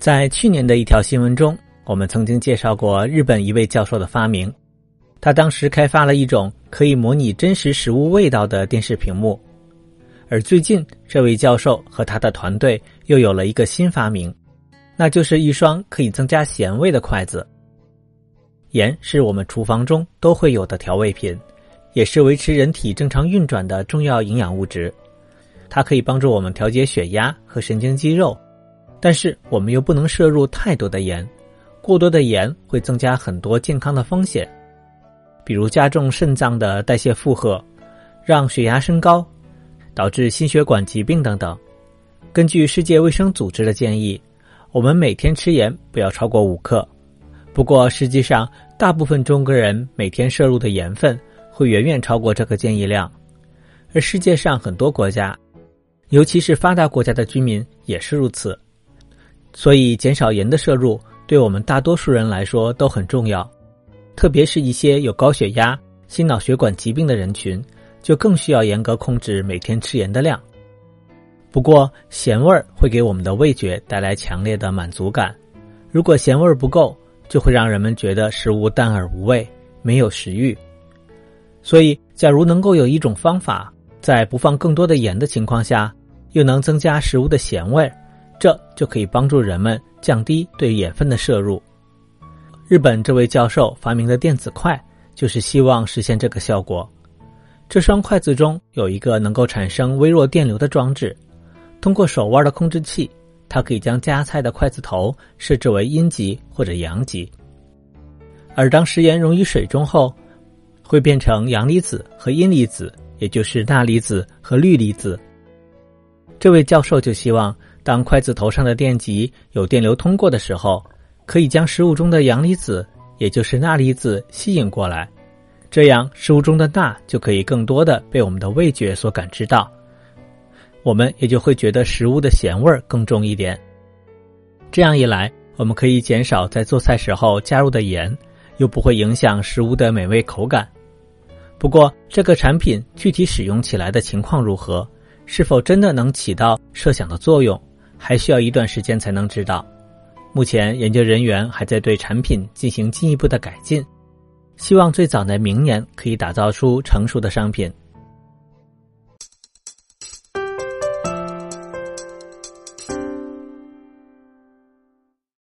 在去年的一条新闻中，我们曾经介绍过日本一位教授的发明，他当时开发了一种可以模拟真实食物味道的电视屏幕。而最近，这位教授和他的团队又有了一个新发明，那就是一双可以增加咸味的筷子。盐是我们厨房中都会有的调味品，也是维持人体正常运转的重要营养物质。它可以帮助我们调节血压和神经肌肉，但是我们又不能摄入太多的盐，过多的盐会增加很多健康的风险，比如加重肾脏的代谢负荷，让血压升高，导致心血管疾病等等。根据世界卫生组织的建议，我们每天吃盐不要超过5克。不过实际上，大部分中国人每天摄入的盐分会远远超过这个建议量，而世界上很多国家，尤其是发达国家的居民也是如此。所以减少盐的摄入对我们大多数人来说都很重要，特别是一些有高血压、心脑血管疾病的人群，就更需要严格控制每天吃盐的量。不过咸味会给我们的味觉带来强烈的满足感，如果咸味不够，就会让人们觉得食物淡而无味，没有食欲。所以假如能够有一种方法，在不放更多的盐的情况下，又能增加食物的咸味，这就可以帮助人们降低对盐分的摄入。日本这位教授发明的电子筷就是希望实现这个效果。这双筷子中有一个能够产生微弱电流的装置，通过手腕的控制器，它可以将夹菜的筷子头设置为阴极或者阳极。而当食盐溶于水中后，会变成阳离子和阴离子，也就是钠离子和氯离子。这位教授就希望，当筷子头上的电极有电流通过的时候，可以将食物中的阳离子，也就是钠离子吸引过来，这样食物中的钠就可以更多的被我们的味觉所感知到，我们也就会觉得食物的咸味更重一点。这样一来，我们可以减少在做菜时候加入的盐，又不会影响食物的美味口感。不过这个产品具体使用起来的情况如何，是否真的能起到设想的作用，还需要一段时间才能知道。目前研究人员还在对产品进行进一步的改进，希望最早在明年可以打造出成熟的商品。